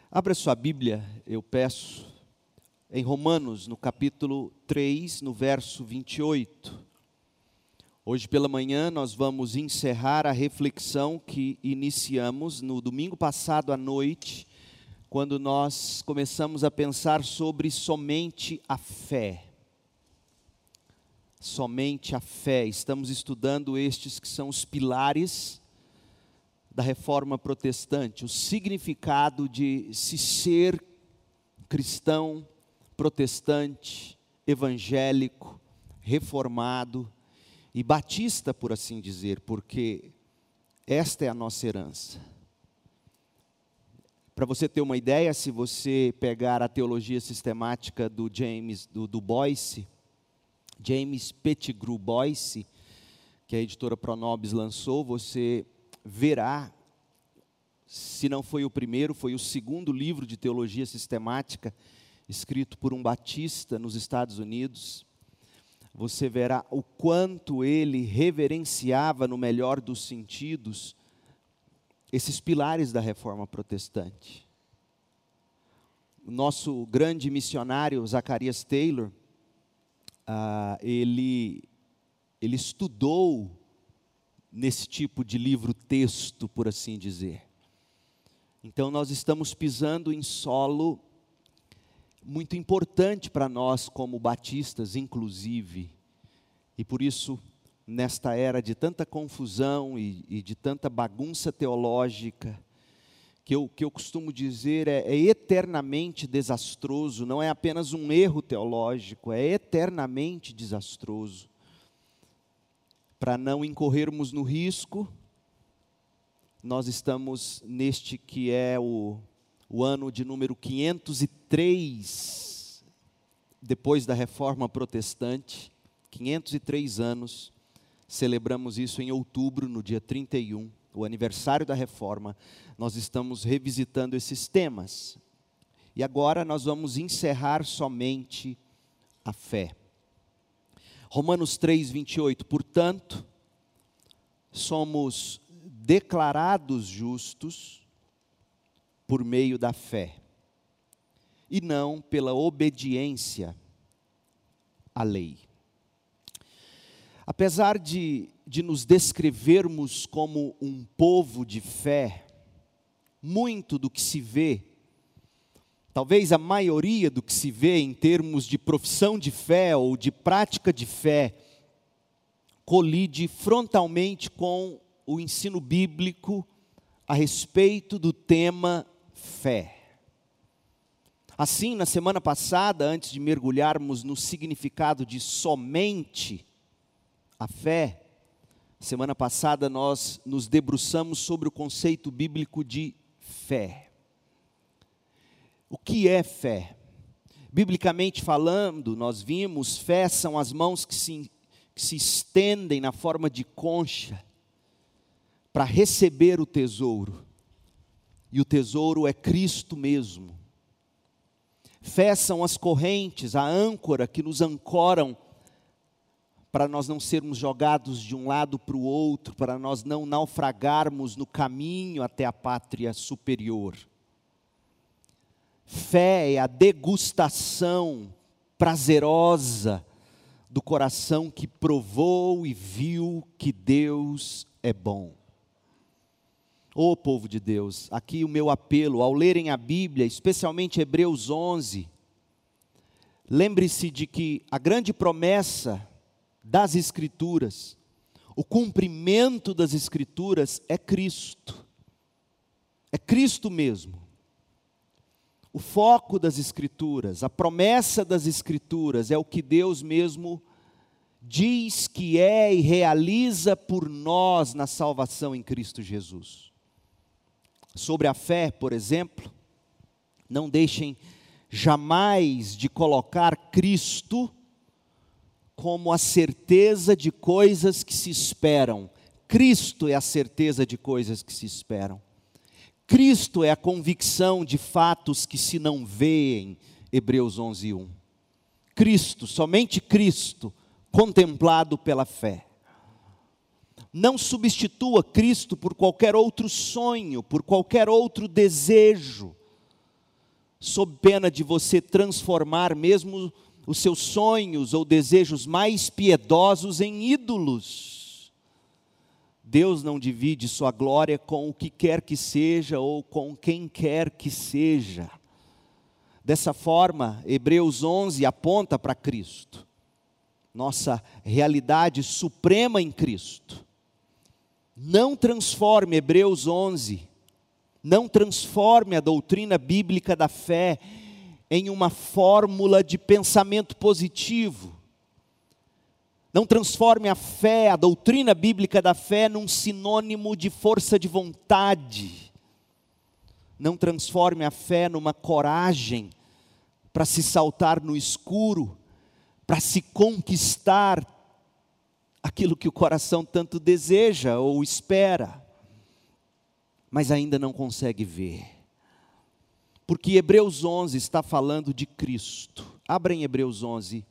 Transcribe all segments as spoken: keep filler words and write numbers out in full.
Abra sua Bíblia, eu peço, em Romanos, no capítulo três, no verso vinte e oito. Hoje pela manhã nós vamos encerrar a reflexão que iniciamos no domingo passado à noite, quando nós começamos a pensar sobre somente a fé. Somente a fé. Estamos estudando estes que são os pilares da reforma protestante, o significado de se ser cristão, protestante, evangélico, reformado e batista, por assim dizer, porque esta é a nossa herança. Para você ter uma ideia, se você pegar a teologia sistemática do James, do, do Boyce, James Pettigrew Boyce, que a editora Pronobis lançou, você verá, se não foi o primeiro, foi o segundo livro de teologia sistemática, escrito por um batista nos Estados Unidos. Você verá o quanto ele reverenciava, no melhor dos sentidos, esses pilares da reforma protestante. O nosso grande missionário, Zacharias Taylor, ah, ele, ele estudou nesse tipo de livro-texto, por assim dizer. Então nós estamos pisando em solo muito importante para nós como batistas, inclusive, e por isso, nesta era de tanta confusão e, e de tanta bagunça teológica, que eu, que eu costumo dizer é, é eternamente desastroso, não é apenas um erro teológico, é eternamente desastroso. Para não incorrermos no risco, nós estamos neste que é o, o ano de número quinhentos e três, depois da Reforma Protestante, quinhentos e três anos, celebramos isso em outubro, no dia trinta e um, o aniversário da Reforma, nós estamos revisitando esses temas. E agora nós vamos encerrar somente a fé. Romanos três, vinte e oito, portanto, somos declarados justos por meio da fé, e não pela obediência à lei. Apesar de, de nos descrevermos como um povo de fé, muito do que se vê, talvez a maioria do que se vê em termos de profissão de fé ou de prática de fé, colide frontalmente com o ensino bíblico a respeito do tema fé. Assim, na semana passada, antes de mergulharmos no significado de somente a fé, semana passada nós nos debruçamos sobre o conceito bíblico de fé. O que é fé? Biblicamente falando, nós vimos, fé são as mãos que se, que se estendem na forma de concha para receber o tesouro. E o tesouro é Cristo mesmo. Fé são as correntes, a âncora que nos ancoram para nós não sermos jogados de um lado para o outro, para nós não naufragarmos no caminho até a pátria superior. Fé é a degustação prazerosa do coração que provou e viu que Deus é bom. Ô povo de Deus, aqui o meu apelo, ao lerem a Bíblia, especialmente Hebreus onze, lembre-se de que a grande promessa das Escrituras, o cumprimento das Escrituras é Cristo, é Cristo mesmo. O foco das Escrituras, a promessa das Escrituras é o que Deus mesmo diz que é e realiza por nós na salvação em Cristo Jesus. Sobre a fé, por exemplo, não deixem jamais de colocar Cristo como a certeza de coisas que se esperam. Cristo é a certeza de coisas que se esperam. Cristo é a convicção de fatos que se não veem, Hebreus onze, um. Cristo, somente Cristo, contemplado pela fé. Não substitua Cristo por qualquer outro sonho, por qualquer outro desejo. sob pena de você transformar mesmo os seus sonhos ou desejos mais piedosos em ídolos. Deus não divide sua glória com o que quer que seja ou com quem quer que seja. Dessa forma, Hebreus onze aponta para Cristo, nossa realidade suprema em Cristo. Não transforme Hebreus onze, não transforme a doutrina bíblica da fé em uma fórmula de pensamento positivo. Não transforme a fé, a doutrina bíblica da fé, num sinônimo de força de vontade. Não transforme a fé numa coragem para se saltar no escuro, para se conquistar aquilo que o coração tanto deseja ou espera, mas ainda não consegue ver. Porque Hebreus onze está falando de Cristo. Abra em Hebreus onze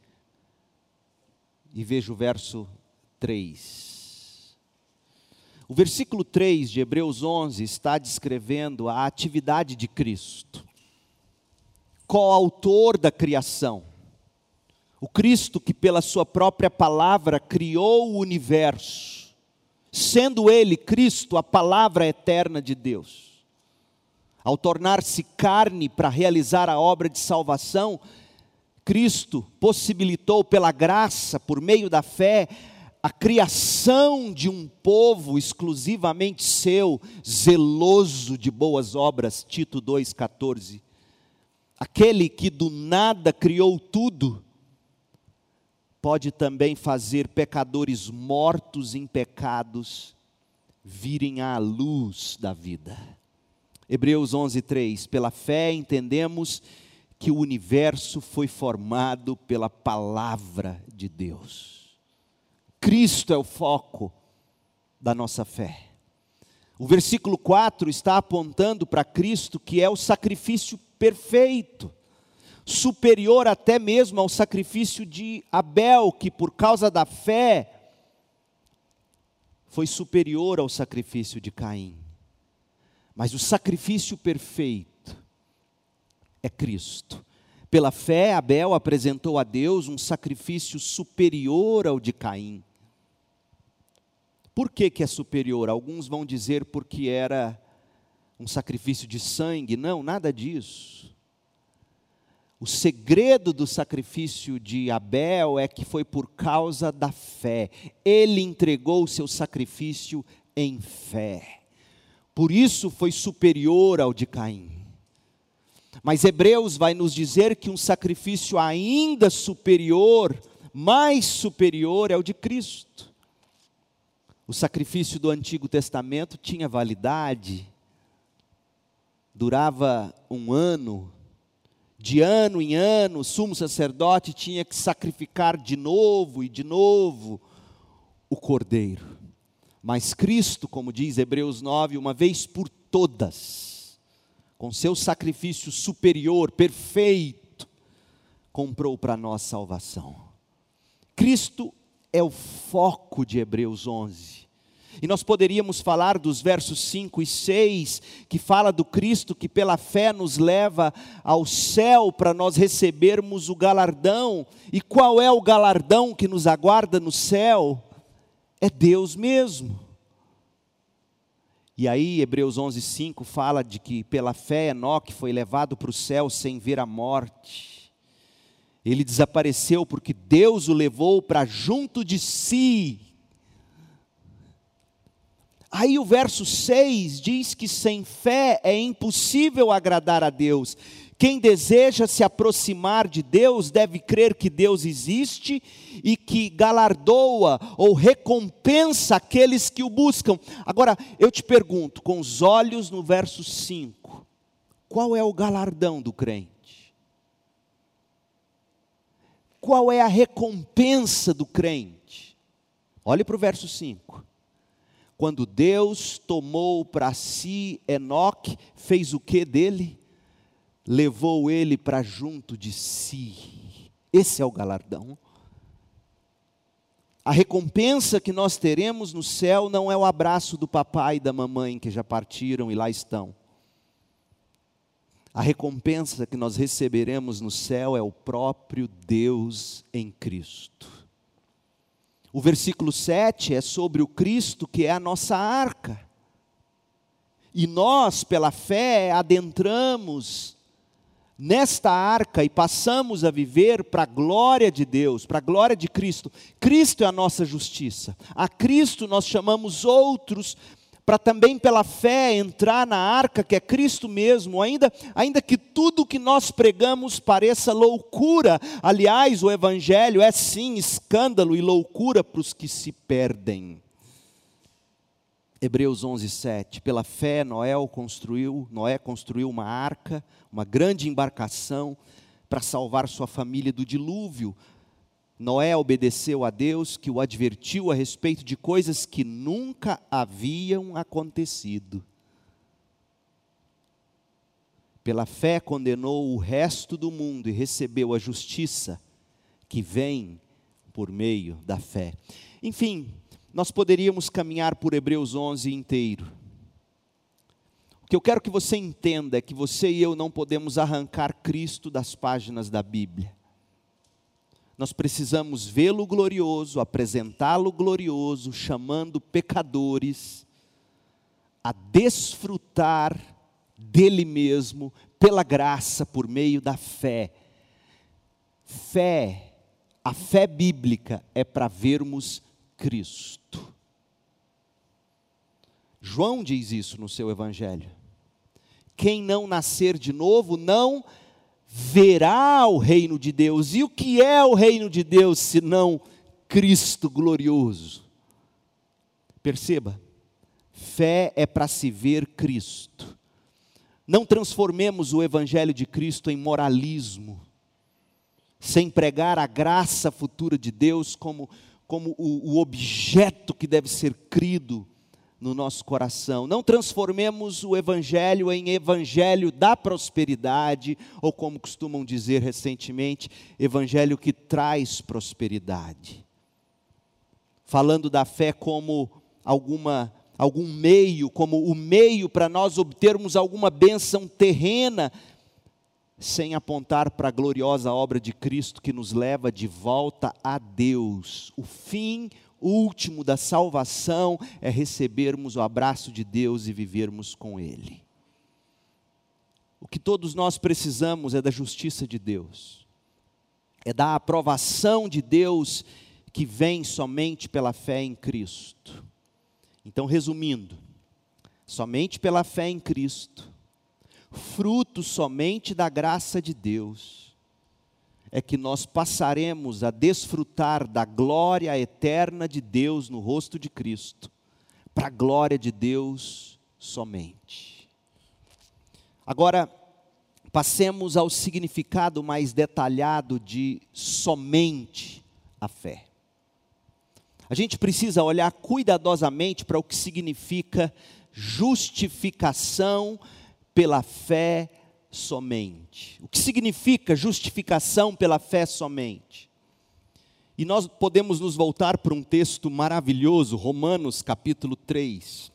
e veja o verso três. O versículo três de Hebreus onze está descrevendo a atividade de Cristo, coautor da criação. O Cristo que pela sua própria palavra criou o universo, sendo Ele, Cristo, a palavra eterna de Deus. Ao tornar-se carne para realizar a obra de salvação, Cristo possibilitou pela graça, por meio da fé, a criação de um povo exclusivamente seu, zeloso de boas obras, Tito dois, quatorze. Aquele que do nada criou tudo, pode também fazer pecadores mortos em pecados virem à luz da vida. Hebreus onze, três. Pela fé entendemos que o universo foi formado pela palavra de Deus. Cristo é o foco da nossa fé. O versículo quatro está apontando para Cristo, que é o sacrifício perfeito, superior até mesmo ao sacrifício de Abel, que por causa da fé foi superior ao sacrifício de Caim. Mas o sacrifício perfeito é Cristo. Pela fé, Abel apresentou a Deus um sacrifício superior ao de Caim. Por que que é superior? Alguns vão dizer porque era um sacrifício de sangue. Não, nada disso. O segredo do sacrifício de Abel é que foi por causa da fé. Ele entregou o seu sacrifício em fé. Por isso foi superior ao de Caim. Mas Hebreus vai nos dizer que um sacrifício ainda superior, mais superior, é o de Cristo. O sacrifício do Antigo Testamento tinha validade, durava um ano. De ano em ano, o sumo sacerdote tinha que sacrificar de novo e de novo o cordeiro. Mas Cristo, como diz Hebreus nove, uma vez por todas, com seu sacrifício superior, perfeito, comprou para nós salvação. Cristo é o foco de Hebreus onze. E nós poderíamos falar dos versos cinco e seis, que fala do Cristo que pela fé nos leva ao céu para nós recebermos o galardão. E qual é o galardão que nos aguarda no céu? É Deus mesmo. E aí Hebreus onze, cinco fala de que pela fé Enoque foi levado para o céu sem ver a morte. Ele desapareceu porque Deus o levou para junto de si. Aí o verso seis diz que sem fé é impossível agradar a Deus. Quem deseja se aproximar de Deus deve crer que Deus existe e que galardoa ou recompensa aqueles que o buscam. Agora, eu te pergunto, com os olhos no verso cinco, qual é o galardão do crente? Qual é a recompensa do crente? Olhe para o verso cinco. Quando Deus tomou para si Enoque, fez o que dele? Levou ele para junto de si. Esse é o galardão. A recompensa que nós teremos no céu não é o abraço do papai e da mamãe que já partiram e lá estão. A recompensa que nós receberemos no céu é o próprio Deus em Cristo. O versículo sete é sobre o Cristo que é a nossa arca. E nós, pela fé, adentramos nesta arca e passamos a viver para a glória de Deus, para a glória de Cristo. Cristo é a nossa justiça. A Cristo nós chamamos outros para também pela fé entrar na arca que é Cristo mesmo, ainda, ainda que tudo que nós pregamos pareça loucura. Aliás, o Evangelho é sim escândalo e loucura para os que se perdem. Hebreus onze, sete, pela fé Noé construiu, Noé construiu uma arca, uma grande embarcação para salvar sua família do dilúvio. Noé obedeceu a Deus, que o advertiu a respeito de coisas que nunca haviam acontecido. Pela fé condenou o resto do mundo e recebeu a justiça que vem por meio da fé. Enfim, nós poderíamos caminhar por Hebreus onze inteiro. O que eu quero que você entenda é que você e eu não podemos arrancar Cristo das páginas da Bíblia. Nós precisamos vê-lo glorioso, apresentá-lo glorioso, chamando pecadores a desfrutar dele mesmo, pela graça, por meio da fé. Fé, a fé bíblica é para vermos Cristo. João diz isso no seu Evangelho. Quem não nascer de novo não verá o reino de Deus. E o que é o reino de Deus, senão Cristo glorioso? Perceba, fé é para se ver Cristo. Não transformemos o Evangelho de Cristo em moralismo, sem pregar a graça futura de Deus como, como o, o objeto que deve ser crido no nosso coração. Não transformemos o Evangelho em Evangelho da prosperidade, ou como costumam dizer recentemente, Evangelho que traz prosperidade. Falando da fé como alguma, algum meio, como o meio para nós obtermos alguma bênção terrena, sem apontar para a gloriosa obra de Cristo que nos leva de volta a Deus. O fim último da salvação é recebermos o abraço de Deus e vivermos com Ele. O que todos nós precisamos é da justiça de Deus, é da aprovação de Deus que vem somente pela fé em Cristo. Então, resumindo, somente pela fé em Cristo, fruto somente da graça de Deus, é que nós passaremos a desfrutar da glória eterna de Deus no rosto de Cristo, para a glória de Deus somente. Agora, passemos ao significado mais detalhado de somente a fé. A gente precisa olhar cuidadosamente para o que significa justificação pela fé somente. O que significa justificação pela fé somente? E nós podemos nos voltar para um texto maravilhoso, Romanos capítulo três.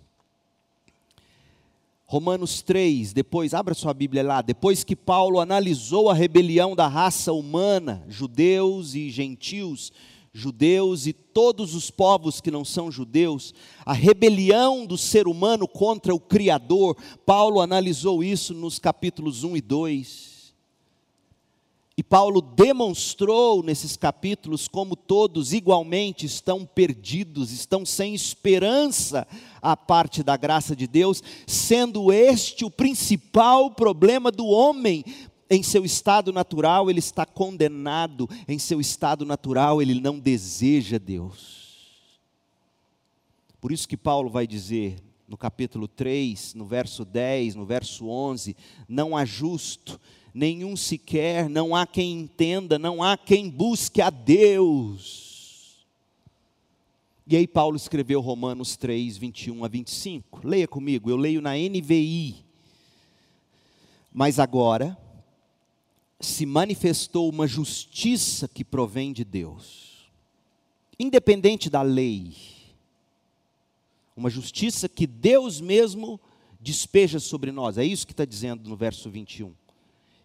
Romanos três, depois, abra sua Bíblia lá, depois que Paulo analisou a rebelião da raça humana, judeus e gentios, judeus e todos os povos que não são judeus, a rebelião do ser humano contra o Criador, Paulo analisou isso nos capítulos um e dois, e Paulo demonstrou nesses capítulos como todos igualmente estão perdidos, estão sem esperança à parte da graça de Deus, sendo este o principal problema do homem. Em seu estado natural ele está condenado, em seu estado natural ele não deseja Deus. Por isso que Paulo vai dizer no capítulo três, no verso dez, no verso onze, não há justo, nenhum sequer, não há quem entenda, não há quem busque a Deus. E aí Paulo escreveu Romanos três, vinte e um a vinte e cinco, leia comigo, eu leio na N V I. Mas agora se manifestou uma justiça que provém de Deus, independente da lei, uma justiça que Deus mesmo despeja sobre nós, é isso que está dizendo no verso vinte e um.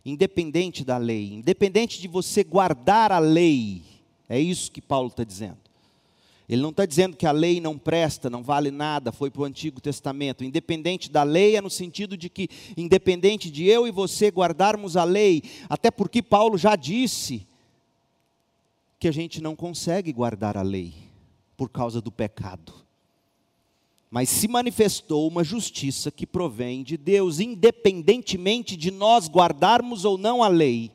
independente da lei, independente de você guardar a lei. É isso que Paulo está dizendo. Ele não está dizendo que a lei não presta, não vale nada, foi para o Antigo Testamento. Independente da lei é no sentido de que, independente de eu e você guardarmos a lei, até porque Paulo já disse que a gente não consegue guardar a lei por causa do pecado. Mas se manifestou uma justiça que provém de Deus, independentemente de nós guardarmos ou não a lei.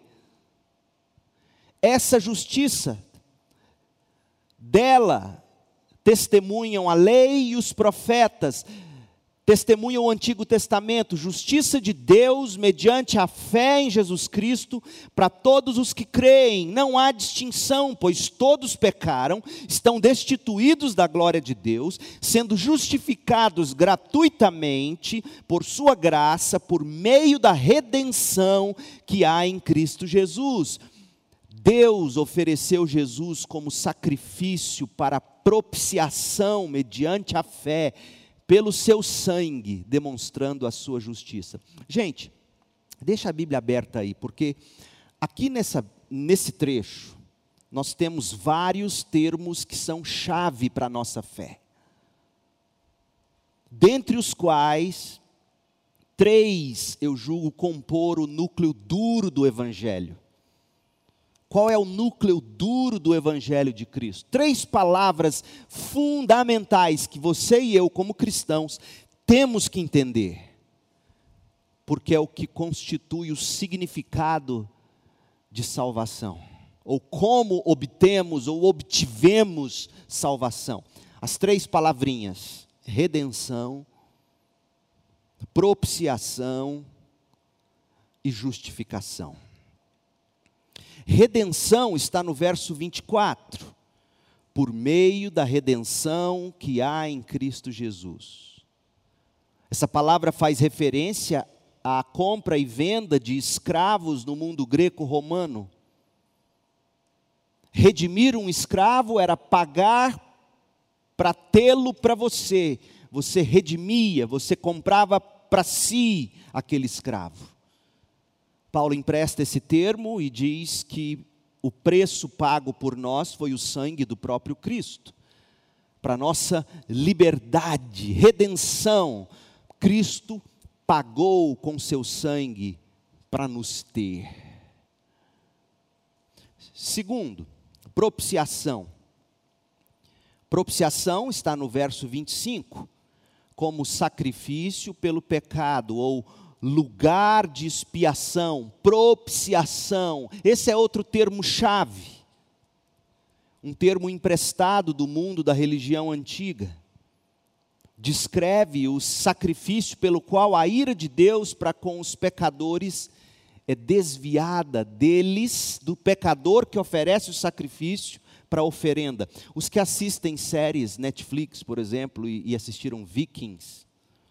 Essa justiça, dela testemunham a lei e os profetas, testemunham o Antigo Testamento, justiça de Deus mediante a fé em Jesus Cristo, para todos os que creem. Não há distinção, pois todos pecaram, estão destituídos da glória de Deus, sendo justificados gratuitamente por sua graça, por meio da redenção que há em Cristo Jesus. Deus ofereceu Jesus como sacrifício para propiciação mediante a fé, pelo seu sangue, demonstrando a sua justiça. Gente, deixa a Bíblia aberta aí, porque aqui nessa, nesse trecho, nós temos vários termos que são chave para a nossa fé. Dentre os quais, três eu julgo compor o núcleo duro do Evangelho. Qual é o núcleo duro do Evangelho de Cristo? Três palavras fundamentais que você e eu, como cristãos, temos que entender. Porque é o que constitui o significado de salvação. Ou como obtemos ou obtivemos salvação. As três palavrinhas: redenção, propiciação e justificação. Redenção está no verso vinte e quatro, por meio da redenção que há em Cristo Jesus. Essa palavra faz referência à compra e venda de escravos no mundo greco-romano. Redimir um escravo era pagar para tê-lo para você. Você redimia, você comprava para si aquele escravo. Paulo empresta esse termo e diz que o preço pago por nós foi o sangue do próprio Cristo. Para nossa liberdade, redenção, Cristo pagou com seu sangue para nos ter. Segundo, propiciação. Propiciação está no verso vinte e cinco, como sacrifício pelo pecado, ou lugar de expiação, propiciação. Esse é outro termo-chave, um termo emprestado do mundo da religião antiga. Descreve o sacrifício pelo qual a ira de Deus para com os pecadores é desviada deles, do pecador que oferece o sacrifício para a oferenda. Os que assistem séries Netflix, por exemplo, e, e assistiram Vikings,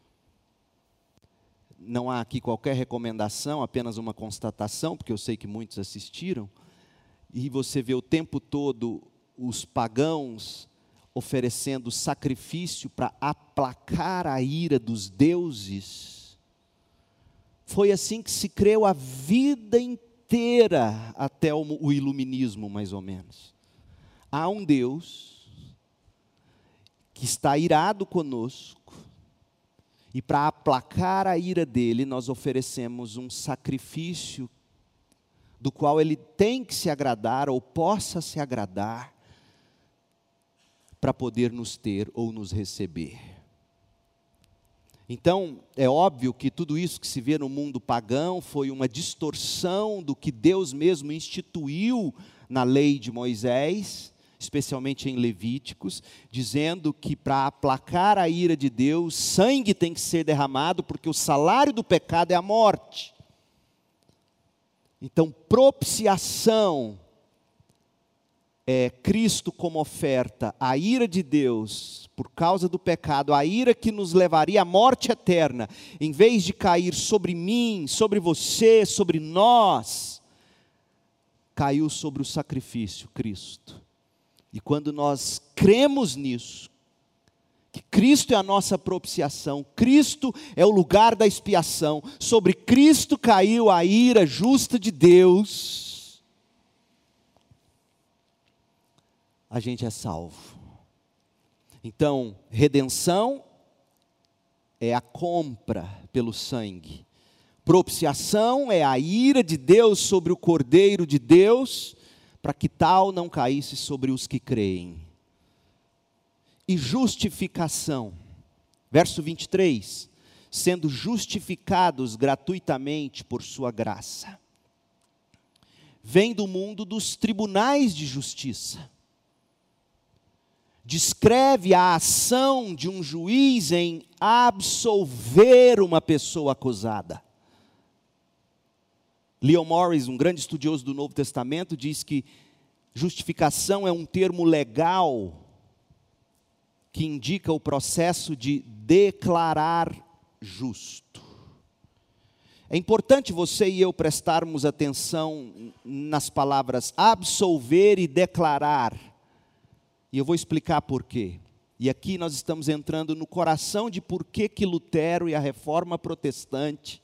não há aqui qualquer recomendação, apenas uma constatação, porque eu sei que muitos assistiram, e você vê o tempo todo os pagãos oferecendo sacrifício para aplacar a ira dos deuses. Foi assim que se creu a vida inteira, até o, o iluminismo, mais ou menos. Há um Deus que está irado conosco, e para aplacar a ira dele, nós oferecemos um sacrifício do qual ele tem que se agradar, ou possa se agradar, para poder nos ter ou nos receber. Então, é óbvio que tudo isso que se vê no mundo pagão foi uma distorção do que Deus mesmo instituiu na lei de Moisés, especialmente em Levíticos, dizendo que para aplacar a ira de Deus, sangue tem que ser derramado, porque o salário do pecado é a morte. Então, propiciação é Cristo como oferta, a ira de Deus, por causa do pecado, a ira que nos levaria à morte eterna, em vez de cair sobre mim, sobre você, sobre nós, caiu sobre o sacrifício, Cristo. E quando nós cremos nisso, que Cristo é a nossa propiciação, Cristo é o lugar da expiação, sobre Cristo caiu a ira justa de Deus, a gente é salvo. Então, redenção é a compra pelo sangue, propiciação é a ira de Deus sobre o Cordeiro de Deus, para que tal não caísse sobre os que creem. E justificação, verso vinte e três, sendo justificados gratuitamente por sua graça, vem do mundo dos tribunais de justiça, descreve a ação de um juiz em absolver uma pessoa acusada. Leon Morris, um grande estudioso do Novo Testamento, diz que justificação é um termo legal que indica o processo de declarar justo. É importante você e eu prestarmos atenção nas palavras absolver e declarar. E eu vou explicar por quê. E aqui nós estamos entrando no coração de por que que Lutero e a Reforma Protestante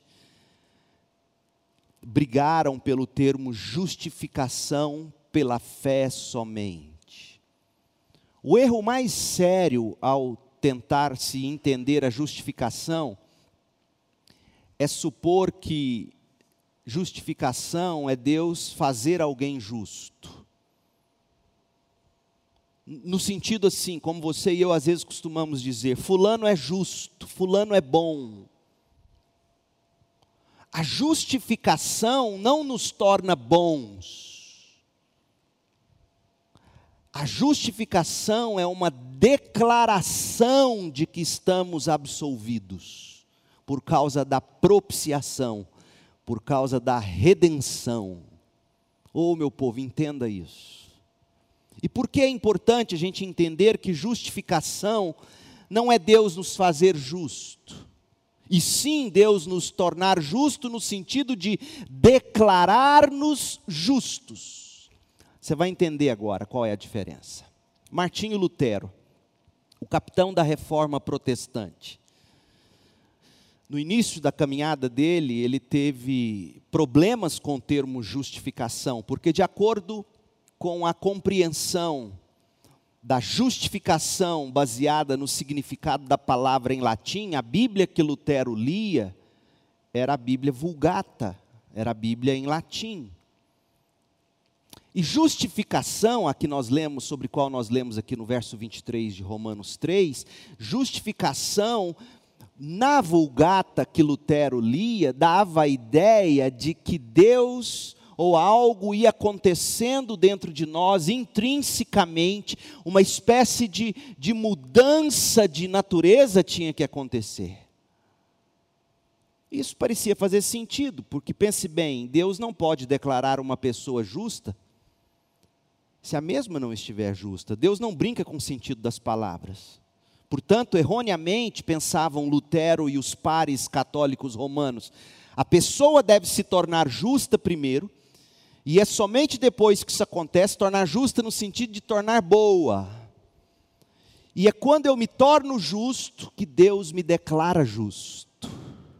brigaram pelo termo justificação pela fé somente. O erro mais sério ao tentar se entender a justificação é supor que justificação é Deus fazer alguém justo. No sentido assim, como você e eu às vezes costumamos dizer, fulano é justo, fulano é bom. A justificação não nos torna bons. A justificação é uma declaração de que estamos absolvidos, por causa da propiciação, por causa da redenção. Oh, meu povo, entenda isso. E por que é importante a gente entender que justificação não é Deus nos fazer justo, e sim Deus nos tornar justo no sentido de declarar-nos justos. Você vai entender agora qual é a diferença. Martinho Lutero, o capitão da Reforma Protestante. No início da caminhada dele, ele teve problemas com o termo justificação, porque de acordo com a compreensão da justificação baseada no significado da palavra em latim, a Bíblia que Lutero lia era a Bíblia Vulgata, era a Bíblia em latim. E justificação, a que nós lemos, sobre qual nós lemos aqui no verso vinte e três de Romanos três, justificação, na Vulgata que Lutero lia, dava a ideia de que Deus ou algo ia acontecendo dentro de nós, intrinsecamente, uma espécie de, de mudança de natureza tinha que acontecer. Isso parecia fazer sentido, porque pense bem, Deus não pode declarar uma pessoa justa, se a mesma não estiver justa. Deus não brinca com o sentido das palavras. Portanto, erroneamente pensavam Lutero e os pares católicos romanos, a pessoa deve se tornar justa primeiro, e é somente depois que isso acontece, tornar justa no sentido de tornar boa. E é quando eu me torno justo, que Deus me declara justo.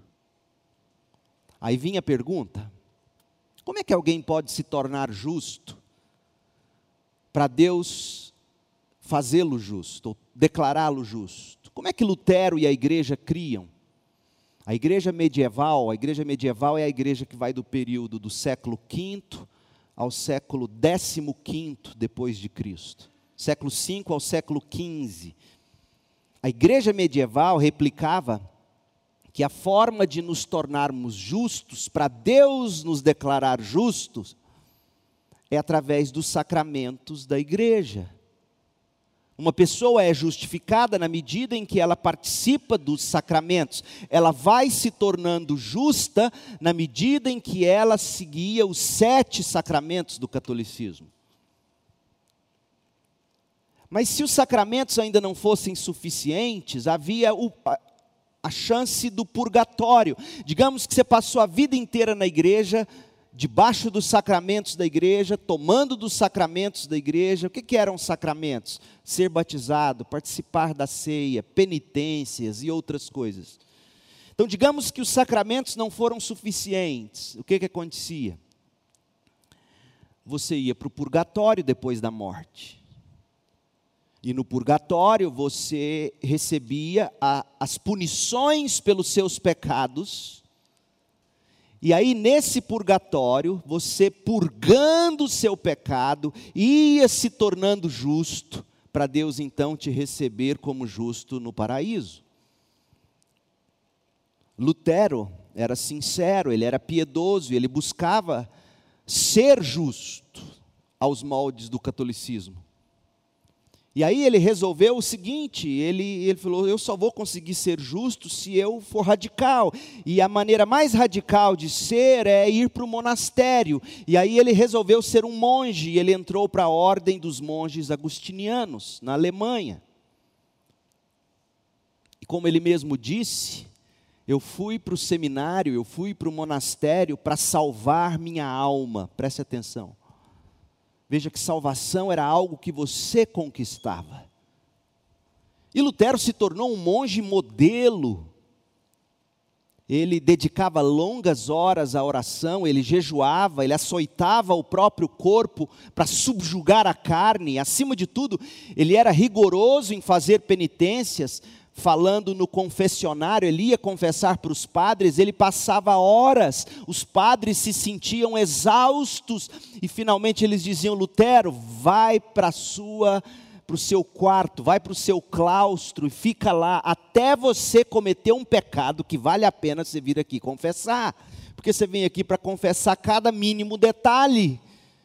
Aí vinha a pergunta, como é que alguém pode se tornar justo, para Deus fazê-lo justo, ou declará-lo justo? Como é que Lutero e a igreja criam? A igreja medieval, a igreja medieval é a igreja que vai do período do século quinto ao século décimo quinto depois de Cristo. Século cinco ao século quinze. A igreja medieval replicava que a forma de nos tornarmos justos, para Deus nos declarar justos, é através dos sacramentos da igreja. Uma pessoa é justificada na medida em que ela participa dos sacramentos. Ela vai se tornando justa na medida em que ela seguia os sete sacramentos do catolicismo. Mas se os sacramentos ainda não fossem suficientes, havia o, a, a chance do purgatório. Digamos que você passou a vida inteira na igreja, debaixo dos sacramentos da igreja, tomando dos sacramentos da igreja. O que, que eram os sacramentos? Ser batizado, participar da ceia, penitências e outras coisas. Então, digamos que os sacramentos não foram suficientes. O que, que acontecia? Você ia para o purgatório depois da morte. E no purgatório você recebia a, as punições pelos seus pecados. E aí nesse purgatório, você purgando o seu pecado, ia se tornando justo, para Deus então te receber como justo no paraíso. Lutero era sincero, ele era piedoso, ele buscava ser justo aos moldes do catolicismo. E aí ele resolveu o seguinte, ele, ele falou, eu só vou conseguir ser justo se eu for radical. E a maneira mais radical de ser é ir para o monastério. E aí ele resolveu ser um monge, e ele entrou para a ordem dos monges agustinianos, na Alemanha. E como ele mesmo disse, eu fui para o seminário, eu fui para o monastério para salvar minha alma. Preste atenção. Veja que salvação era algo que você conquistava. E Lutero se tornou um monge modelo. Ele dedicava longas horas à oração, ele jejuava, ele açoitava o próprio corpo para subjugar a carne. Acima de tudo, ele era rigoroso em fazer penitências. Falando no confessionário, ele ia confessar para os padres, ele passava horas, os padres se sentiam exaustos, e finalmente eles diziam, Lutero, vai para sua, para o seu quarto, vai para o seu claustro, e fica lá, até você cometer um pecado, que vale a pena você vir aqui confessar, porque você vem aqui para confessar cada mínimo detalhe.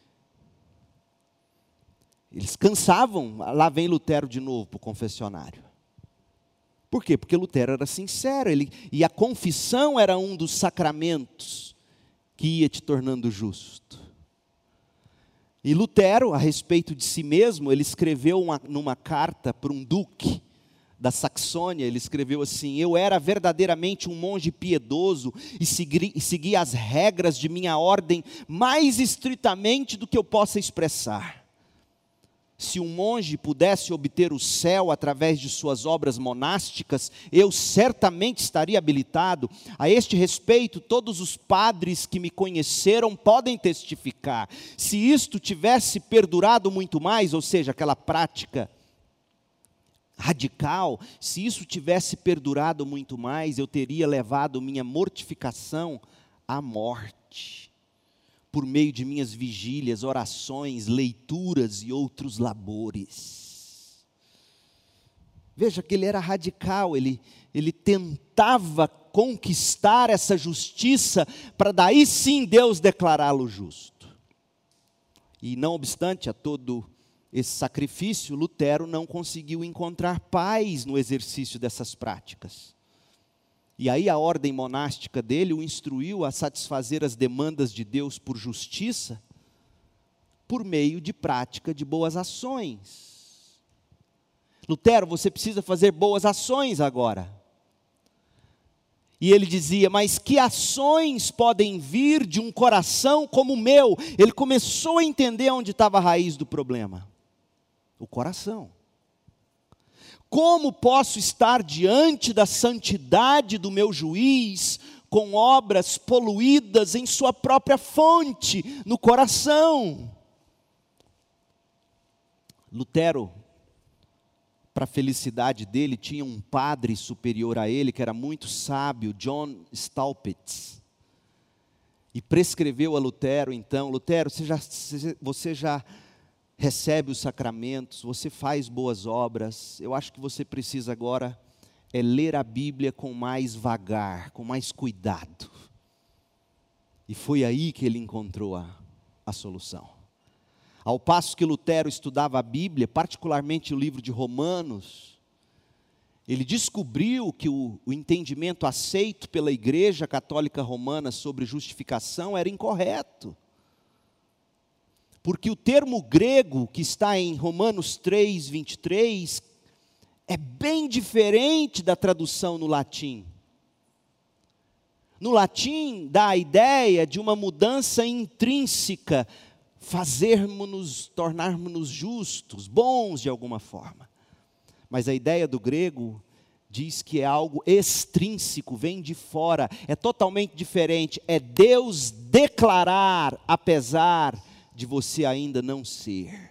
Eles cansavam, lá vem Lutero de novo para o confessionário. Por quê? Porque Lutero era sincero, ele, e a confissão era um dos sacramentos que ia te tornando justo. E Lutero, a respeito de si mesmo, ele escreveu uma, numa carta para um duque da Saxônia, ele escreveu assim, eu era verdadeiramente um monge piedoso e segui, e segui as regras de minha ordem mais estritamente do que eu possa expressar. Se um monge pudesse obter o céu através de suas obras monásticas, eu certamente estaria habilitado. A este respeito, todos os padres que me conheceram podem testificar. Se isto tivesse perdurado muito mais, ou seja, aquela prática radical, se isso tivesse perdurado muito mais, eu teria levado minha mortificação à morte. Por meio de minhas vigílias, orações, leituras e outros labores. Veja que ele era radical, ele, ele tentava conquistar essa justiça, para daí sim Deus declará-lo justo. E não obstante a todo esse sacrifício, Lutero não conseguiu encontrar paz no exercício dessas práticas. E aí a ordem monástica dele o instruiu a satisfazer as demandas de Deus por justiça, por meio de prática de boas ações. Lutero, você precisa fazer boas ações agora. E ele dizia, mas que ações podem vir de um coração como o meu? Ele começou a entender onde estava a raiz do problema. O coração. Como posso estar diante da santidade do meu juiz, com obras poluídas em sua própria fonte, no coração? Lutero, para a felicidade dele, tinha um padre superior a ele, que era muito sábio, John Staupitz. E prescreveu a Lutero, então, Lutero, você já... Você já recebe os sacramentos, você faz boas obras, eu acho que você precisa agora é ler a Bíblia com mais vagar, com mais cuidado. E foi aí que ele encontrou a, a solução. Ao passo que Lutero estudava a Bíblia, particularmente o livro de Romanos, ele descobriu que o, o entendimento aceito pela Igreja Católica Romana sobre justificação era incorreto. Porque o termo grego que está em Romanos três, vinte e três, é bem diferente da tradução no latim. no latim dá a ideia de uma mudança intrínseca, fazermos-nos, tornarmos-nos justos, bons de alguma forma. Mas a ideia do grego diz que é algo extrínseco, vem de fora, é totalmente diferente, é Deus declarar, apesar de você ainda não ser.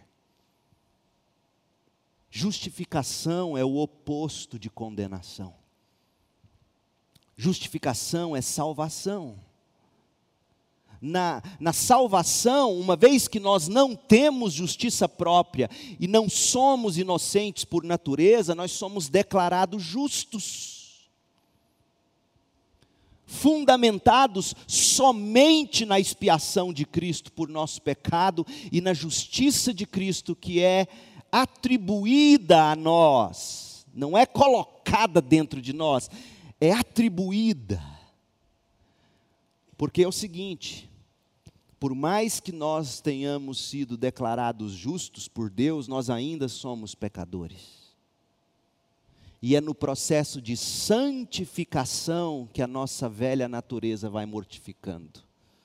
Justificação é o oposto de condenação. Justificação é salvação. Na, na salvação, uma vez que nós não temos justiça própria e não somos inocentes por natureza, nós somos declarados justos, fundamentados somente na expiação de Cristo por nosso pecado e na justiça de Cristo que é atribuída a nós, não é colocada dentro de nós, é atribuída. Porque é o seguinte, por mais que nós tenhamos sido declarados justos por Deus, nós ainda somos pecadores. E é no processo de santificação que a nossa velha natureza vai mortificando.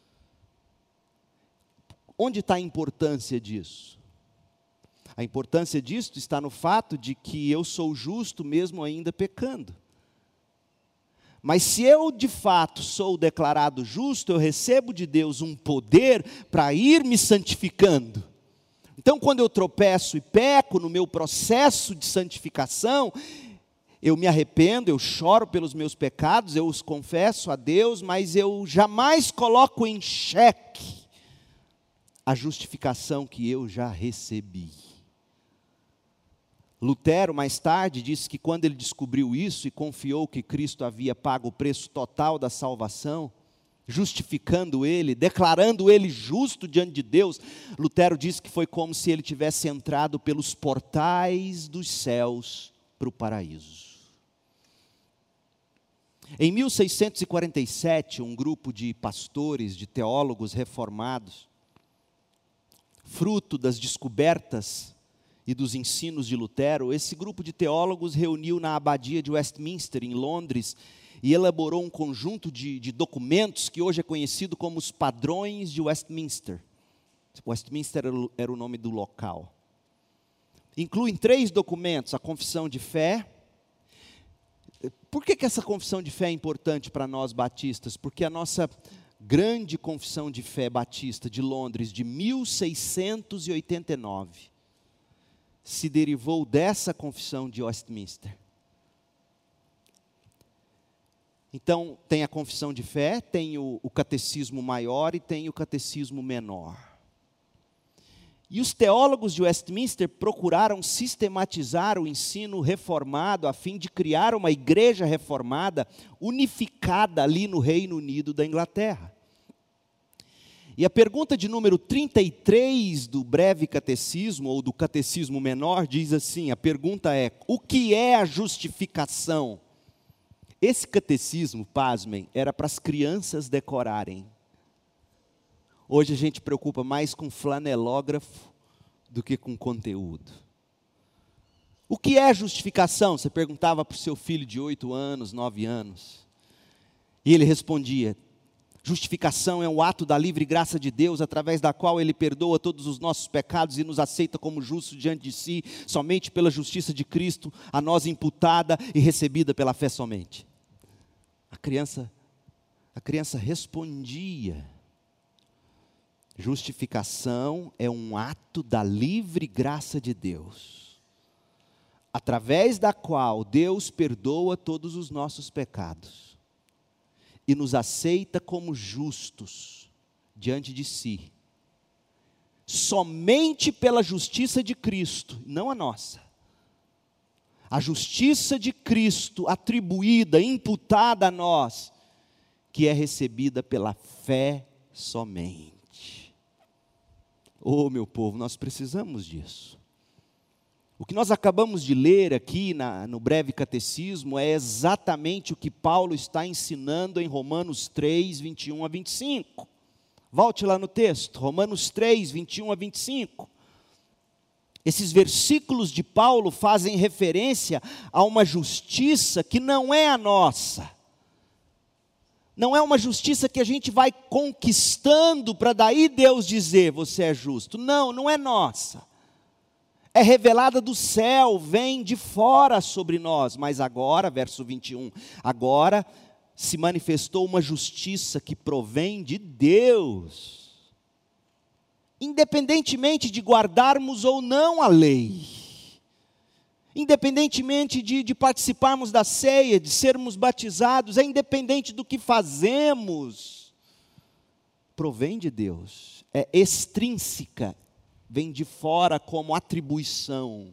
Onde está a importância disso? A importância disso está no fato de que eu sou justo mesmo ainda pecando. Mas se eu de fato sou declarado justo, eu recebo de Deus um poder para ir me santificando. Então quando eu tropeço e peco no meu processo de santificação, eu me arrependo, eu choro pelos meus pecados, eu os confesso a Deus, mas eu jamais coloco em xeque a justificação que eu já recebi. Lutero, mais tarde, disse que quando ele descobriu isso e confiou que Cristo havia pago o preço total da salvação, justificando ele, declarando ele justo diante de Deus, Lutero disse que foi como se ele tivesse entrado pelos portais dos céus para o paraíso. Em mil seiscentos e quarenta e sete, um grupo de pastores, de teólogos reformados, fruto das descobertas e dos ensinos de Lutero, esse grupo de teólogos reuniu na abadia de Westminster, em Londres, e elaborou um conjunto de, de documentos que hoje é conhecido como os padrões de Westminster. Westminster era, era o nome do local. Incluem três documentos: a confissão de fé. Por que que essa confissão de fé é importante para nós batistas? Porque a nossa grande confissão de fé batista de Londres, de mil seiscentos e oitenta e nove, se derivou dessa confissão de Westminster. Então, tem a confissão de fé, tem o, o catecismo maior e tem o catecismo menor. E os teólogos de Westminster procuraram sistematizar o ensino reformado a fim de criar uma igreja reformada unificada ali no Reino Unido da Inglaterra. E a pergunta de número trinta e três do breve catecismo, ou do catecismo menor, diz assim, a pergunta é: o que é a justificação? Esse catecismo, pasmem, era para as crianças decorarem. Hoje a gente preocupa mais com flanelógrafo do que com conteúdo. O que é a justificação? Você perguntava para o seu filho de oito anos, nove anos. E ele respondia: justificação é um ato da livre graça de Deus, através da qual Ele perdoa todos os nossos pecados e nos aceita como justos diante de si, somente pela justiça de Cristo, a nós imputada e recebida pela fé somente. A criança, a criança respondia: justificação é um ato da livre graça de Deus, através da qual Deus perdoa todos os nossos pecados e nos aceita como justos diante de si, somente pela justiça de Cristo, não a nossa. A justiça de Cristo atribuída, imputada a nós, que é recebida pela fé somente. Oh, meu povo, nós precisamos disso. O que nós acabamos de ler aqui na, no breve catecismo é exatamente o que Paulo está ensinando em Romanos três, vinte e um a vinte e cinco. Volte lá no texto, Romanos três, vinte e um a vinte e cinco. Esses versículos de Paulo fazem referência a uma justiça que não é a nossa. Não é uma justiça que a gente vai conquistando para daí Deus dizer, você é justo. Não, não é nossa. É revelada do céu, vem de fora sobre nós. Mas agora, verso vinte e um, agora se manifestou uma justiça que provém de Deus. Independentemente de guardarmos ou não a lei. Independentemente de, de participarmos da ceia, de sermos batizados, é independente do que fazemos, provém de Deus, é extrínseca, vem de fora como atribuição.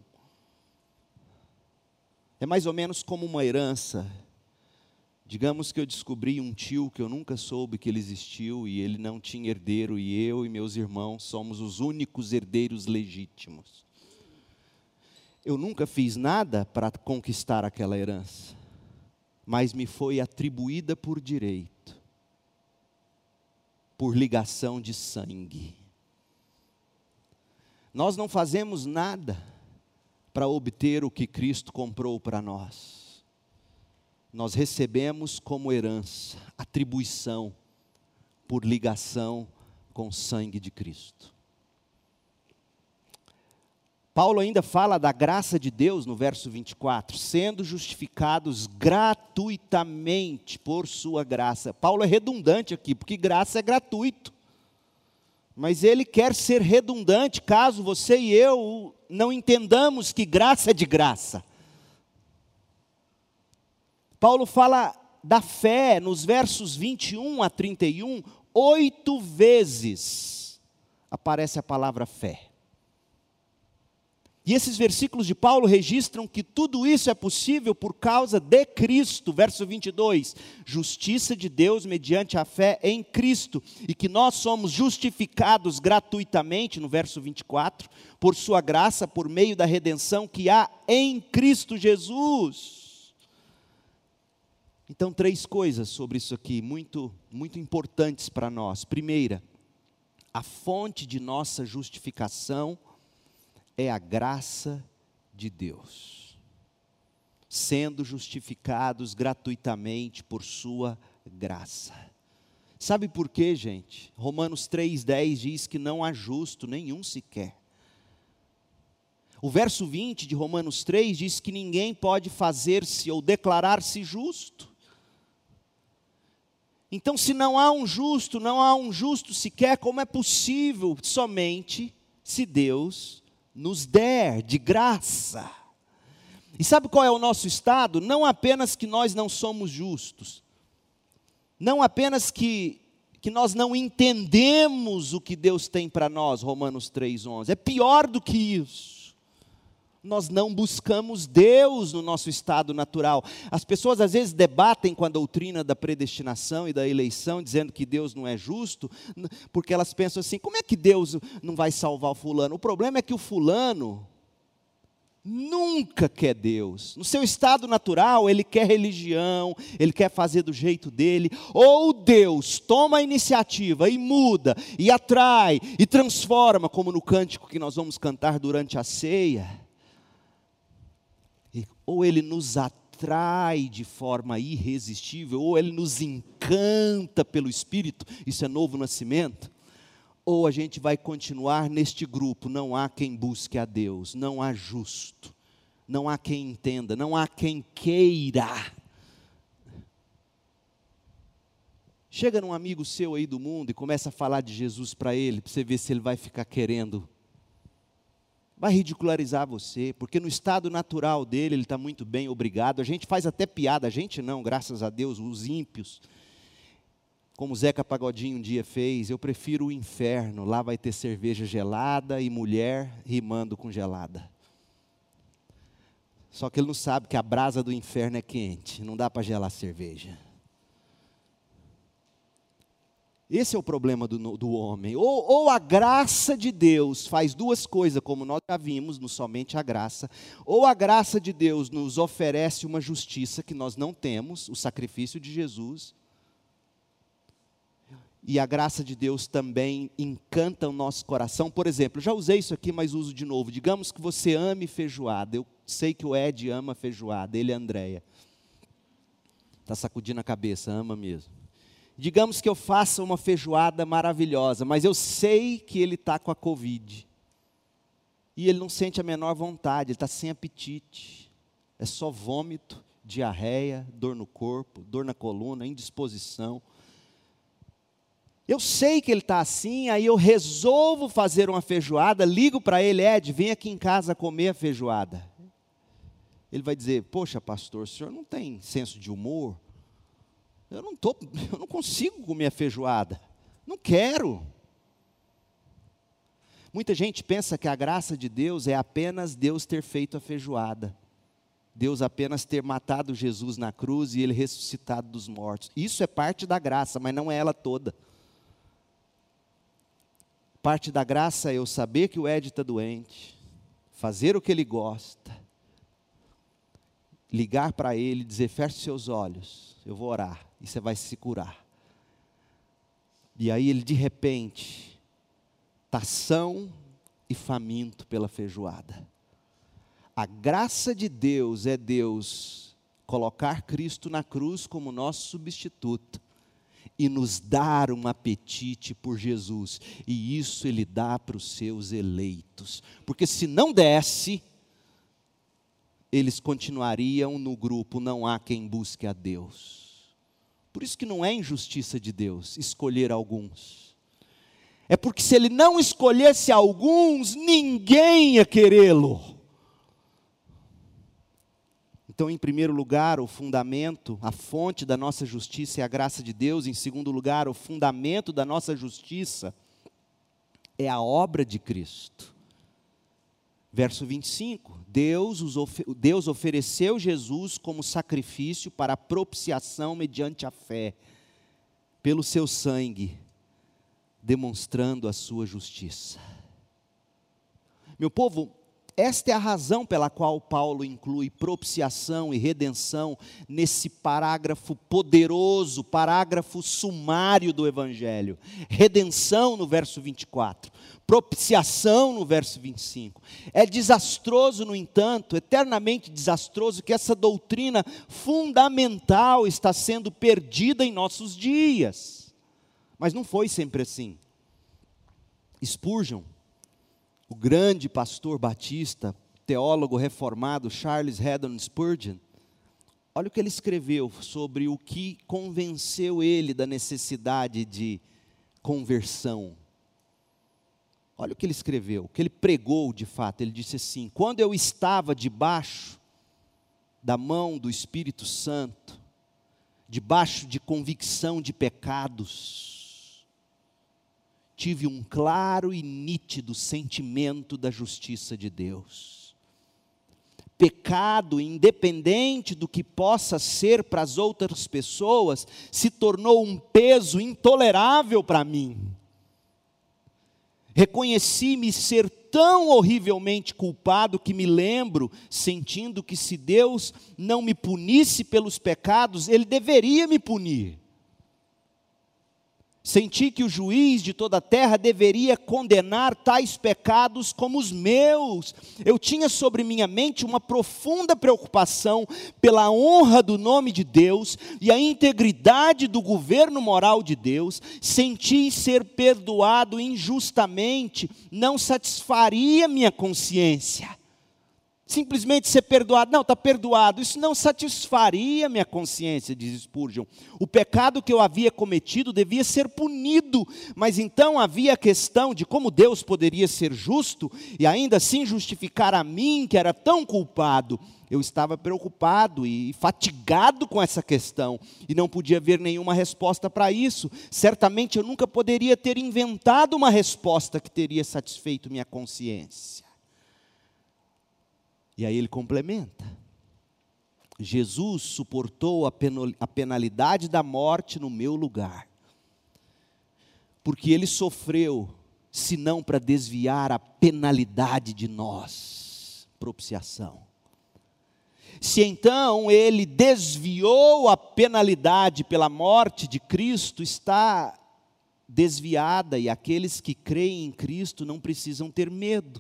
É mais ou menos como uma herança. Digamos que eu descobri um tio que eu nunca soube que ele existiu e ele não tinha herdeiro, e eu e meus irmãos somos os únicos herdeiros legítimos. Eu nunca fiz nada para conquistar aquela herança, mas me foi atribuída por direito, por ligação de sangue. Nós não fazemos nada para obter o que Cristo comprou para nós. Nós recebemos como herança, atribuição, por ligação com o sangue de Cristo. Paulo ainda fala da graça de Deus no verso vinte e quatro, sendo justificados gratuitamente por sua graça. Paulo é redundante aqui, porque graça é gratuito. Mas ele quer ser redundante, caso você e eu não entendamos que graça é de graça. Paulo fala da fé nos versos vinte e um a trinta e um, oito vezes aparece a palavra fé. E esses versículos de Paulo registram que tudo isso é possível por causa de Cristo. Verso vinte e dois, justiça de Deus mediante a fé em Cristo, e que nós somos justificados gratuitamente, no verso vinte e quatro, por sua graça, por meio da redenção que há em Cristo Jesus. Então, três coisas sobre isso aqui, muito, muito importantes para nós. Primeira, a fonte de nossa justificação é a graça de Deus, sendo justificados gratuitamente por sua graça. Sabe por quê, gente? Romanos três, dez diz que não há justo nenhum sequer. O verso vinte de Romanos três diz que ninguém pode fazer-se ou declarar-se justo. Então, se não há um justo, não há um justo sequer, como é possível? Somente se Deus nos der de graça. E sabe qual é o nosso estado? Não apenas que nós não somos justos, não apenas que, que nós não entendemos o que Deus tem para nós, Romanos três, onze, é pior do que isso. Nós não buscamos Deus no nosso estado natural. As pessoas às vezes debatem com a doutrina da predestinação e da eleição, dizendo que Deus não é justo, porque elas pensam assim, como é que Deus não vai salvar o fulano? O problema é que o fulano nunca quer Deus. No seu estado natural, ele quer religião, ele quer fazer do jeito dele. Ou Deus toma a iniciativa e muda, e atrai, e transforma, como no cântico que nós vamos cantar durante a ceia. Ou ele nos atrai de forma irresistível, ou ele nos encanta pelo Espírito, isso é novo nascimento, ou a gente vai continuar neste grupo, não há quem busque a Deus, não há justo, não há quem entenda, não há quem queira. Chega num amigo seu aí do mundo e começa a falar de Jesus para ele, para você ver se ele vai ficar querendo. Vai ridicularizar você, porque no estado natural dele, ele está muito bem, obrigado. A gente faz até piada, a gente não, graças a Deus, os ímpios. Como o Zeca Pagodinho um dia fez, eu prefiro o inferno, lá vai ter cerveja gelada e mulher rimando com gelada. Só que ele não sabe que a brasa do inferno é quente, não dá para gelar cerveja. Esse é o problema do, do homem. Ou, ou a graça de Deus faz duas coisas, como nós já vimos, no somente a graça. Ou a graça de Deus nos oferece uma justiça que nós não temos, o sacrifício de Jesus. E a graça de Deus também encanta o nosso coração. Por exemplo, já usei isso aqui, mas uso de novo. Digamos que você ame feijoada. Eu sei que o Ed ama feijoada, ele e a Andréia. Está sacudindo a cabeça, ama mesmo. Digamos que eu faça uma feijoada maravilhosa, mas eu sei que ele está com a Covid. E ele não sente a menor vontade, ele está sem apetite. É só vômito, diarreia, dor no corpo, dor na coluna, indisposição. Eu sei que ele está assim, aí eu resolvo fazer uma feijoada, ligo para ele, Ed, vem aqui em casa comer a feijoada. Ele vai dizer, poxa pastor, o senhor não tem senso de humor? Eu não, tô, eu não consigo comer a feijoada, não quero. Muita gente pensa que a graça de Deus é apenas Deus ter feito a feijoada. Deus apenas ter matado Jesus na cruz e Ele ressuscitado dos mortos. Isso é parte da graça, mas não é ela toda. Parte da graça é eu saber que o Ed está doente, fazer o que ele gosta, ligar para ele e dizer, feche seus olhos, eu vou orar. E você vai se curar. E aí ele de repente está são e faminto pela feijoada. A graça de Deus é Deus colocar Cristo na cruz como nosso substituto e nos dar um apetite por Jesus. E isso Ele dá para os seus eleitos. Porque se não desse, eles continuariam no grupo, não há quem busque a Deus. Por isso que não é injustiça de Deus escolher alguns. É porque se Ele não escolhesse alguns, ninguém ia querê-lo. Então, em primeiro lugar, o fundamento, a fonte da nossa justiça é a graça de Deus. Em segundo lugar, o fundamento da nossa justiça é a obra de Cristo. Verso vinte e cinco, Deus, os ofe- Deus ofereceu Jesus como sacrifício para a propiciação mediante a fé, pelo seu sangue, demonstrando a sua justiça. Meu povo, esta é a razão pela qual Paulo inclui propiciação e redenção nesse parágrafo poderoso, parágrafo sumário do Evangelho. Redenção no verso vinte e quatro, propiciação no verso vinte e cinco. É desastroso, no entanto, eternamente desastroso, que essa doutrina fundamental está sendo perdida em nossos dias. Mas não foi sempre assim. Spurgeon, o grande pastor batista, teólogo reformado, Charles Haddon Spurgeon, olha o que ele escreveu sobre o que convenceu ele da necessidade de conversão. Olha o que ele escreveu, o que ele pregou de fato. Ele disse assim: quando eu estava debaixo da mão do Espírito Santo, debaixo de convicção de pecados, tive um claro e nítido sentimento da justiça de Deus. Pecado, independente do que possa ser para as outras pessoas, se tornou um peso intolerável para mim. Reconheci-me ser tão horrivelmente culpado que me lembro, sentindo que se Deus não me punisse pelos pecados, Ele deveria me punir. Senti que o juiz de toda a terra deveria condenar tais pecados como os meus. Eu tinha sobre minha mente uma profunda preocupação pela honra do nome de Deus e a integridade do governo moral de Deus. Senti ser perdoado injustamente não satisfaria minha consciência. Simplesmente ser perdoado, não, está perdoado, isso não satisfaria minha consciência, diz Spurgeon. O pecado que eu havia cometido devia ser punido, mas então havia a questão de como Deus poderia ser justo e ainda assim justificar a mim, que era tão culpado. Eu estava preocupado e fatigado com essa questão, e não podia ver nenhuma resposta para isso. Certamente eu nunca poderia ter inventado uma resposta que teria satisfeito minha consciência. E aí ele complementa: Jesus suportou a penalidade da morte no meu lugar, porque ele sofreu, senão para desviar a penalidade de nós, propiciação. Se então ele desviou a penalidade pela morte de Cristo, está desviada, e aqueles que creem em Cristo não precisam ter medo.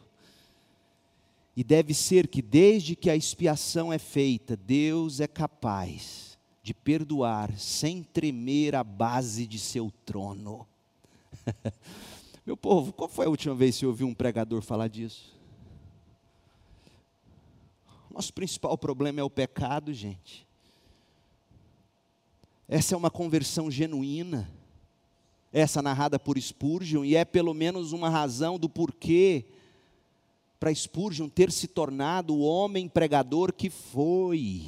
E deve ser que desde que a expiação é feita, Deus é capaz de perdoar sem tremer a base de seu trono. Meu povo, qual foi a última vez que você ouviu um pregador falar disso? Nosso principal problema é o pecado, gente. Essa é uma conversão genuína, essa narrada por Spurgeon, e é pelo menos uma razão do porquê para Spurgeon ter se tornado o homem pregador que foi.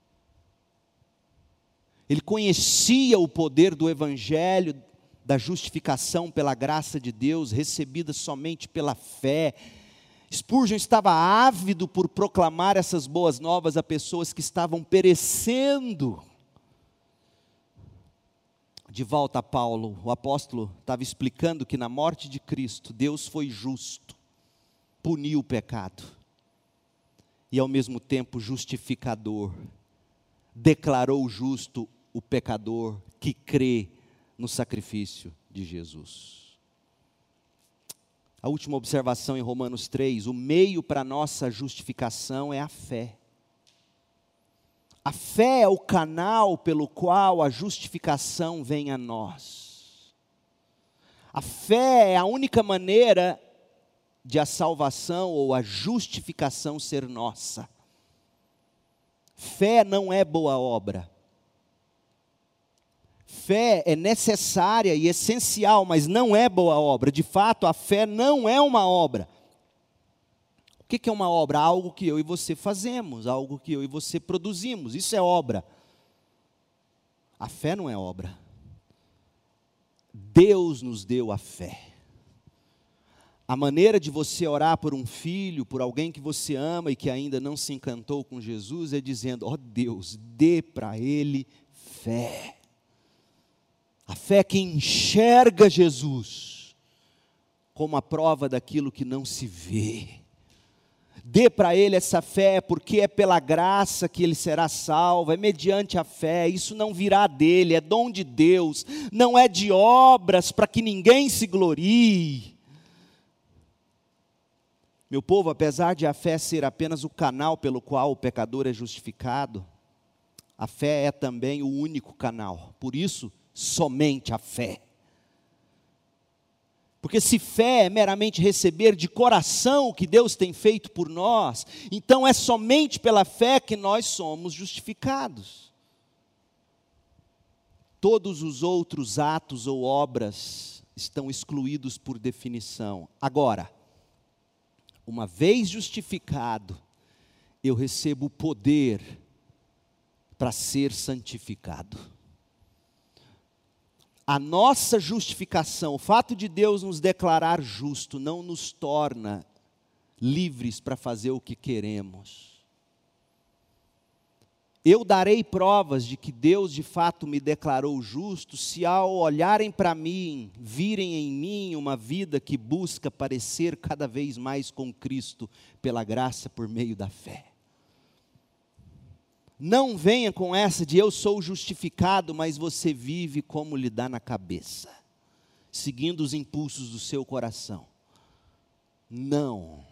Ele conhecia o poder do Evangelho, da justificação pela graça de Deus, recebida somente pela fé. Spurgeon estava ávido por proclamar essas boas novas a pessoas que estavam perecendo. De volta a Paulo, o apóstolo estava explicando que na morte de Cristo, Deus foi justo, puniu o pecado, e ao mesmo tempo justificador, declarou justo o pecador que crê no sacrifício de Jesus. A última observação em Romanos três, o meio para a nossa justificação é a fé. A fé é o canal pelo qual a justificação vem a nós. A fé é a única maneira de a salvação ou a justificação ser nossa. Fé não é boa obra. Fé é necessária e essencial, mas não é boa obra. De fato, a fé não é uma obra. O que é uma obra? Algo que eu e você fazemos, algo que eu e você produzimos. Isso é obra. A fé não é obra. Deus nos deu a fé. A maneira de você orar por um filho, por alguém que você ama e que ainda não se encantou com Jesus, é dizendo: ó Deus, dê para ele fé. A fé que enxerga Jesus como a prova daquilo que não se vê. Dê para ele essa fé, porque é pela graça que ele será salvo, é mediante a fé, isso não virá dele, é dom de Deus, não é de obras para que ninguém se glorie. Meu povo, apesar de a fé ser apenas o canal pelo qual o pecador é justificado, a fé é também o único canal, por isso, somente a fé. Porque se fé é meramente receber de coração o que Deus tem feito por nós, então é somente pela fé que nós somos justificados. Todos os outros atos ou obras estão excluídos por definição. Agora, uma vez justificado, eu recebo o poder para ser santificado. A nossa justificação, o fato de Deus nos declarar justo, não nos torna livres para fazer o que queremos. Eu darei provas de que Deus de fato me declarou justo, se ao olharem para mim, virem em mim uma vida que busca parecer cada vez mais com Cristo, pela graça por meio da fé. Não venha com essa de eu sou justificado, mas você vive como lhe dá na cabeça, seguindo os impulsos do seu coração. Não.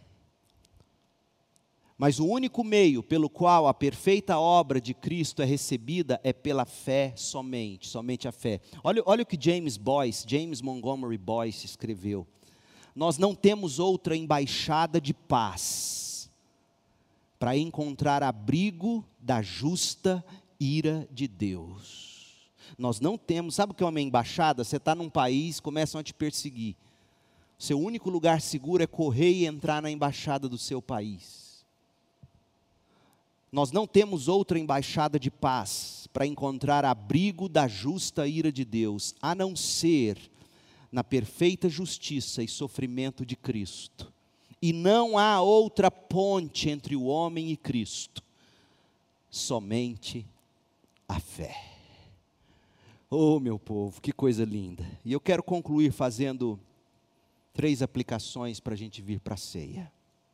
Mas o único meio pelo qual a perfeita obra de Cristo é recebida é pela fé somente, somente a fé. Olha, olha o que James Boyce, James Montgomery Boyce escreveu. Nós não temos outra embaixada de paz para encontrar abrigo da justa ira de Deus. Nós não temos, sabe o que é uma embaixada? Você está num país, começam a te perseguir. Seu único lugar seguro é correr e entrar na embaixada do seu país. Nós não temos outra embaixada de paz para encontrar abrigo da justa ira de Deus, a não ser na perfeita justiça e sofrimento de Cristo. E não há outra ponte entre o homem e Cristo, somente a fé. Oh, meu povo, que coisa linda. E eu quero concluir fazendo três aplicações para a gente vir para a ceia.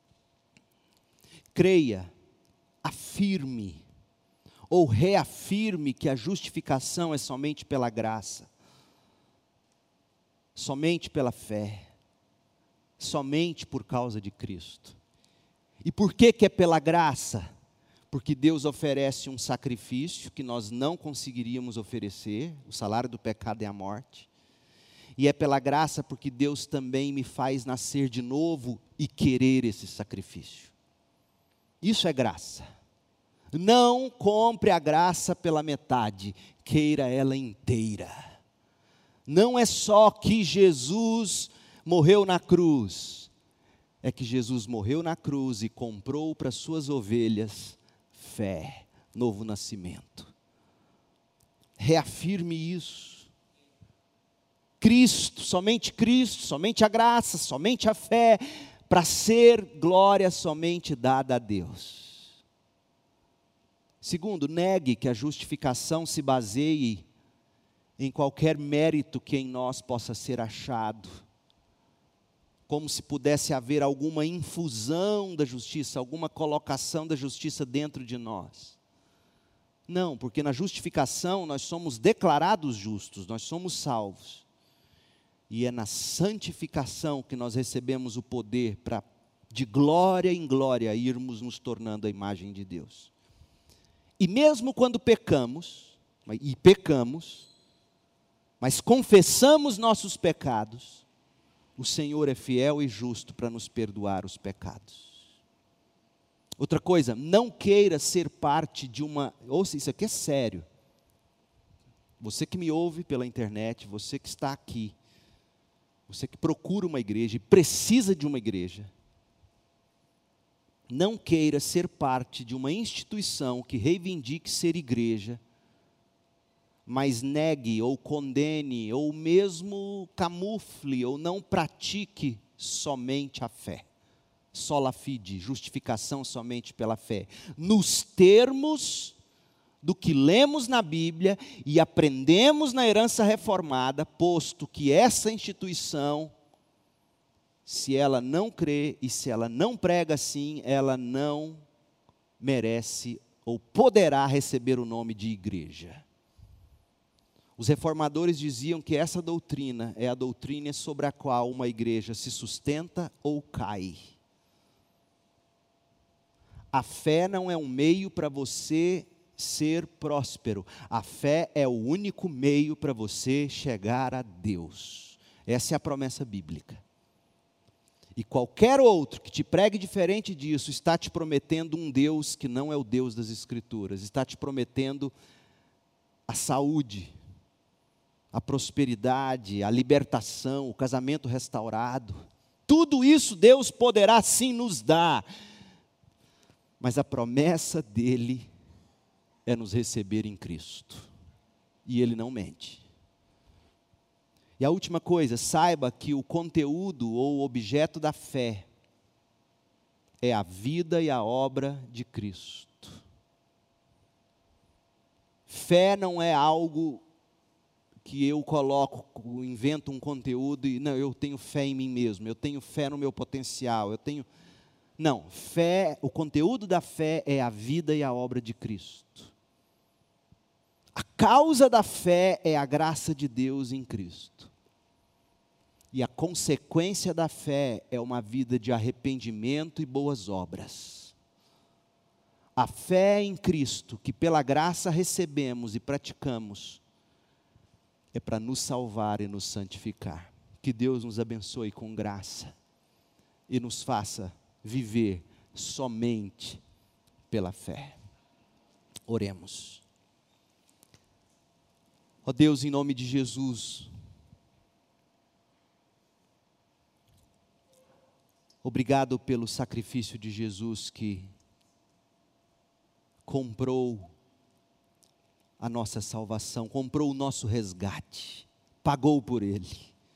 Creia, afirme, ou reafirme que a justificação é somente pela graça, somente pela fé, somente por causa de Cristo. E por que que é pela graça? porque Deus oferece um sacrifício que nós não conseguiríamos oferecer, o salário do pecado é a morte. E é pela graça porque Deus também me faz nascer de novo e querer esse sacrifício. Isso é graça. Não compre a graça pela metade, queira ela inteira. Não é só que Jesus morreu na cruz, é que Jesus morreu na cruz e comprou para suas ovelhas fé, novo nascimento. Reafirme isso. Cristo, somente Cristo, somente a graça, somente a fé, para ser glória somente dada a Deus. Segundo, negue que a justificação se baseie em qualquer mérito que em nós possa ser achado, como se pudesse haver alguma infusão da justiça, alguma colocação da justiça dentro de nós. Não, porque na justificação nós somos declarados justos, nós somos salvos. E é na santificação que nós recebemos o poder para, de glória em glória, irmos nos tornando a imagem de Deus. E mesmo quando pecamos, e pecamos, mas confessamos nossos pecados, o Senhor é fiel e justo para nos perdoar os pecados. Outra coisa, não queira ser parte de uma, ouça, isso aqui é sério. Você que me ouve pela internet, você que está aqui, você que procura uma igreja e precisa de uma igreja, não queira ser parte de uma instituição que reivindique ser igreja, mas negue ou condene, ou mesmo camufle, ou não pratique somente a fé. Sola fide, justificação somente pela fé. Nos termos do que lemos na Bíblia e aprendemos na herança reformada, posto que essa instituição, se ela não crê e se ela não prega assim, ela não merece ou poderá receber o nome de igreja. Os reformadores diziam que essa doutrina é a doutrina sobre a qual uma igreja se sustenta ou cai. A fé não é um meio para você ser próspero. A fé é o único meio para você chegar a Deus. Essa é a promessa bíblica. E qualquer outro que te pregue diferente disso, está te prometendo um Deus que não é o Deus das Escrituras. Está te prometendo a saúde, a prosperidade, a libertação, o casamento restaurado. Tudo isso Deus poderá sim nos dar. Mas a promessa dele é nos receber em Cristo. E Ele não mente. E a última coisa, saiba que o conteúdo ou o objeto da fé é a vida e a obra de Cristo. Fé não é algo que eu coloco, invento um conteúdo e não, eu tenho fé em mim mesmo, eu tenho fé no meu potencial, eu tenho... Não, fé, o conteúdo da fé é a vida e a obra de Cristo. A causa da fé é a graça de Deus em Cristo. E a consequência da fé é uma vida de arrependimento e boas obras. A fé em Cristo, que pela graça recebemos e praticamos, é para nos salvar e nos santificar. Que Deus nos abençoe com graça e nos faça viver somente pela fé. Oremos. Ó Deus, em nome de Jesus, obrigado pelo sacrifício de Jesus que comprou a nossa salvação, comprou o nosso resgate, pagou por ele.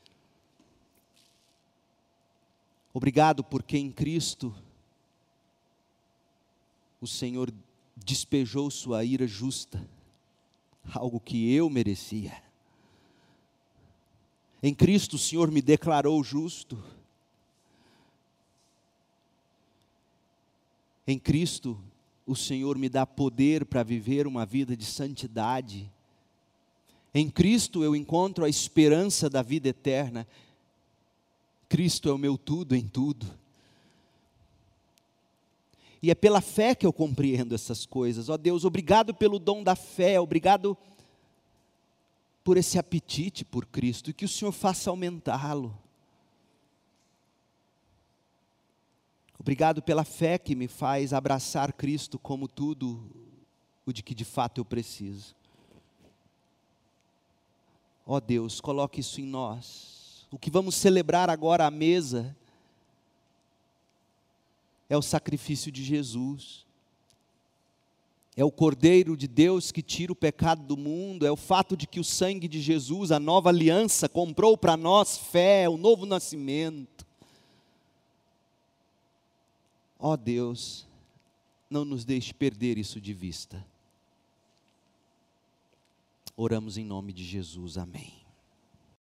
Obrigado porque em Cristo o Senhor despejou sua ira justa, algo que eu merecia. Em Cristo o Senhor me declarou justo. Em Cristo o Senhor me dá poder para viver uma vida de santidade. Em Cristo eu encontro a esperança da vida eterna. Cristo é o meu tudo em tudo. E é pela fé que eu compreendo essas coisas. Ó Deus, obrigado pelo dom da fé, obrigado por esse apetite por Cristo, e que o Senhor faça aumentá-lo. Obrigado pela fé que me faz abraçar Cristo como tudo o de que de fato eu preciso. Ó Deus, coloque isso em nós. O que vamos celebrar agora à mesa é o sacrifício de Jesus. É o Cordeiro de Deus que tira o pecado do mundo, é o fato de que o sangue de Jesus, a nova aliança, comprou para nós fé, o novo nascimento. Ó Deus, não nos deixe perder isso de vista. Oramos em nome de Jesus, amém.